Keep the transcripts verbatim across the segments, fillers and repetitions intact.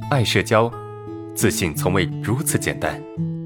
爱社交，自信从未如此简单。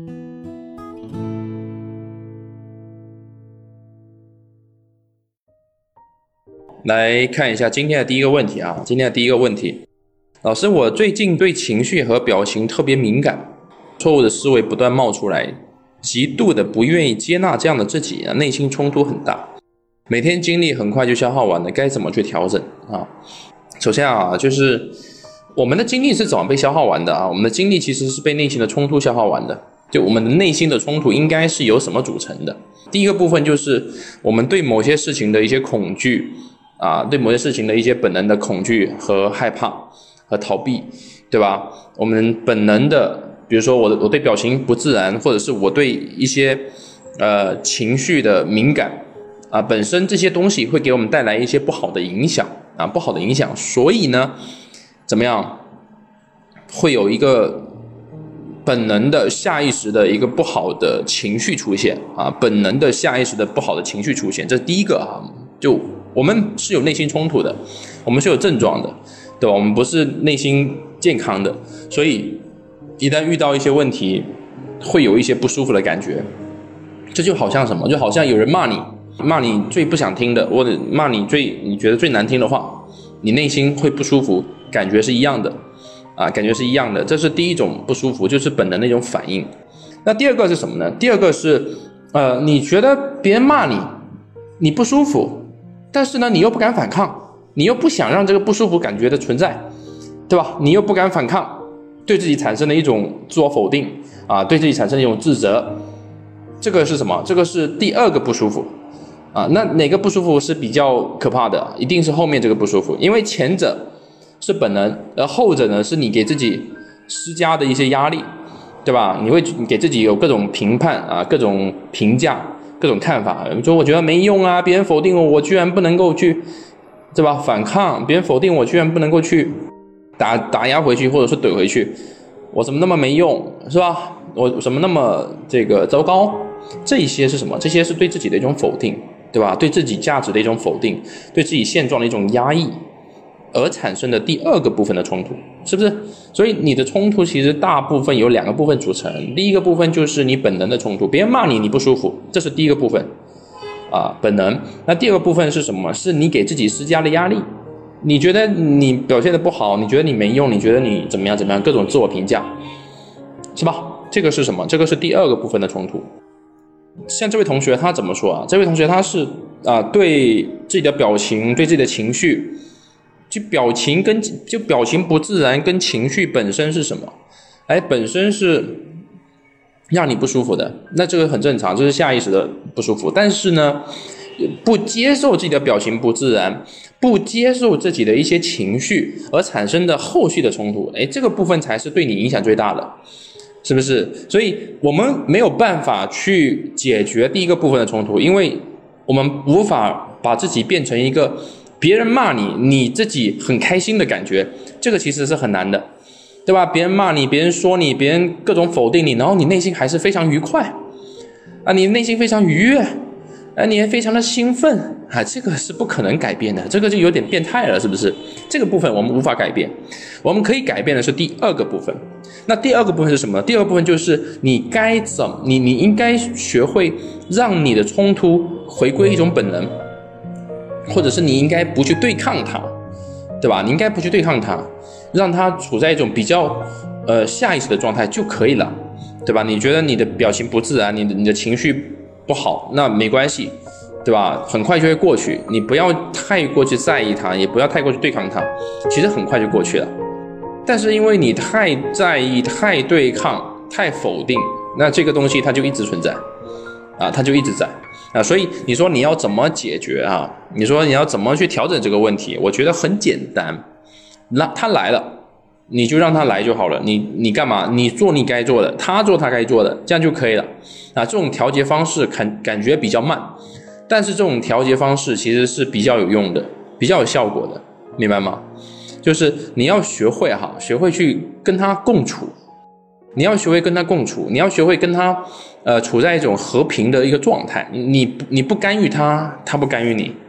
来看一下今天的第一个问题啊，今天的第一个问题，老师，我最近对情绪和表情特别敏感，错误的思维不断冒出来，极度的不愿意接纳这样的自己啊，内心冲突很大，每天精力很快就消耗完了，该怎么去调整啊？首先啊，就是我们的精力是怎么被消耗完的啊？我们的精力其实是被内心的冲突消耗完的。就我们的内心的冲突应该是由什么组成的？第一个部分就是我们对某些事情的一些恐惧啊，对某些事情的一些本能的恐惧和害怕和逃避，对吧？我们本能的，比如说我我对表情不自然，或者是我对一些呃情绪的敏感啊，本身这些东西会给我们带来一些不好的影响啊，不好的影响，所以呢，怎么样，会有一个本能的下意识的一个不好的情绪出现啊，本能的下意识的不好的情绪出现，这是第一个啊，就我们是有内心冲突的，我们是有症状的，对吧？我们不是内心健康的，所以一旦遇到一些问题，会有一些不舒服的感觉。这就好像什么？就好像有人骂你，骂你最不想听的，或者骂你最你觉得最难听的话，你内心会不舒服，感觉是一样的啊，感觉是一样的。这是第一种不舒服，就是本能的一种反应。那第二个是什么呢？第二个是呃，你觉得别人骂你，你不舒服。但是呢，你又不敢反抗，你又不想让这个不舒服感觉的存在，对吧？你又不敢反抗，对自己产生了一种自我否定啊，对自己产生了一种自责，这个是什么？这个是第二个不舒服啊。那哪个不舒服是比较可怕的？一定是后面这个不舒服，因为前者是本能，而后者呢是你给自己施加的一些压力，对吧？你会给自己有各种评判啊，各种评价。各种看法，比如说我觉得没用啊，别人否定我，我居然不能够去，对吧？反抗，别人否定我，居然不能够去打打压回去，或者是怼回去，我怎么那么没用，是吧？我怎么那么这个糟糕？这一些是什么？这些是对自己的一种否定，对吧？对自己价值的一种否定，对自己现状的一种压抑，而产生的第二个部分的冲突，是不是？所以你的冲突其实大部分有两个部分组成，第一个部分就是你本能的冲突，别人骂你你不舒服，这是第一个部分啊，本能。那第二个部分是什么？是你给自己施加的压力，你觉得你表现的不好，你觉得你没用，你觉得你怎么样怎么样，各种自我评价，是吧？这个是什么？这个是第二个部分的冲突。像这位同学他怎么说啊？这位同学他是啊，对自己的表情，对自己的情绪，就表情跟就表情不自然跟情绪本身是什么？哎，本身是让你不舒服的，那这个很正常，这是下意识的不舒服。但是呢，不接受自己的表情不自然，不接受自己的一些情绪而产生的后续的冲突，哎，这个部分才是对你影响最大的，是不是？所以我们没有办法去解决第一个部分的冲突，因为我们无法把自己变成一个别人骂你，你自己很开心的感觉，这个其实是很难的，对吧？别人骂你，别人说你，别人各种否定你，然后你内心还是非常愉快啊，你内心非常愉悦，啊，你也非常的兴奋啊，这个是不可能改变的，这个就有点变态了，是不是？这个部分我们无法改变，我们可以改变的是第二个部分。那第二个部分是什么？第二个部分就是你该怎么，你你应该学会让你的冲突回归一种本能。或者是你应该不去对抗它，对吧？你应该不去对抗它，让它处在一种比较呃下意识的状态就可以了，对吧？你觉得你的表情不自然，你的你的情绪不好，那没关系，对吧？很快就会过去，你不要太过去在意它，也不要太过去对抗它，其实很快就过去了。但是因为你太在意、太对抗、太否定，那这个东西它就一直存在啊，它就一直在。啊，所以你说你要怎么解决啊？你说你要怎么去调整这个问题？我觉得很简单，那他来了，你就让他来就好了。你你干嘛？你做你该做的，他做他该做的，这样就可以了。啊，这种调节方式感感觉比较慢，但是这种调节方式其实是比较有用的，比较有效果的，明白吗？就是你要学会哈，学会去跟他共处。你要学会跟他共处，你要学会跟他呃处在一种和平的一个状态，你你不干预他，他不干预你，